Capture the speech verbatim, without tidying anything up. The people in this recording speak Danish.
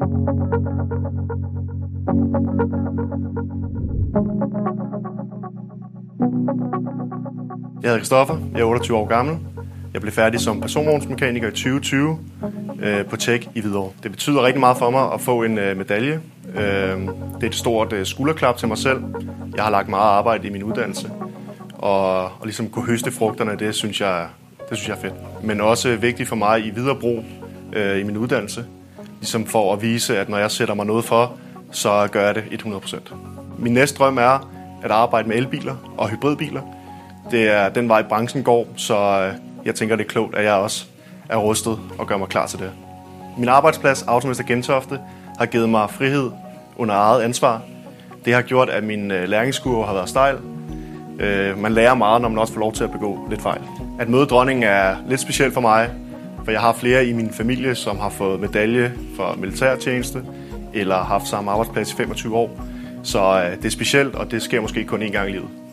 Jeg hedder Christoffer, jeg er otteogtyve år gammel. Jeg blev færdig som personvognsmekaniker i tyve tyve øh, på Tech i Hvidovre. Det betyder rigtig meget for mig at få en øh, medalje. Øh, det er et stort øh, skulderklap til mig selv. Jeg har lagt meget arbejde i min uddannelse. Og, og ligesom kunne høste frugterne af det, synes jeg, det synes jeg er fedt. Men også vigtigt for mig i videre brug øh, i min uddannelse. Ligesom for at vise, at når jeg sætter mig noget for, så gør jeg det hundrede procent. Min næste drøm er at arbejde med elbiler og hybridbiler. Det er den vej branchen går, så jeg tænker, det er klogt, at jeg også er rustet og gør mig klar til det. Min arbejdsplads, Automester Gentofte, har givet mig frihed under eget ansvar. Det har gjort, at min læringskurve har været stejl. Man lærer meget, når man også får lov til at begå lidt fejl. At møde dronningen er lidt specielt for mig, for jeg har flere i min familie, som har fået medalje for militærtjeneste eller har haft samme arbejdsplads i femogtyve år. Så det er specielt, og det sker måske kun én gang i livet.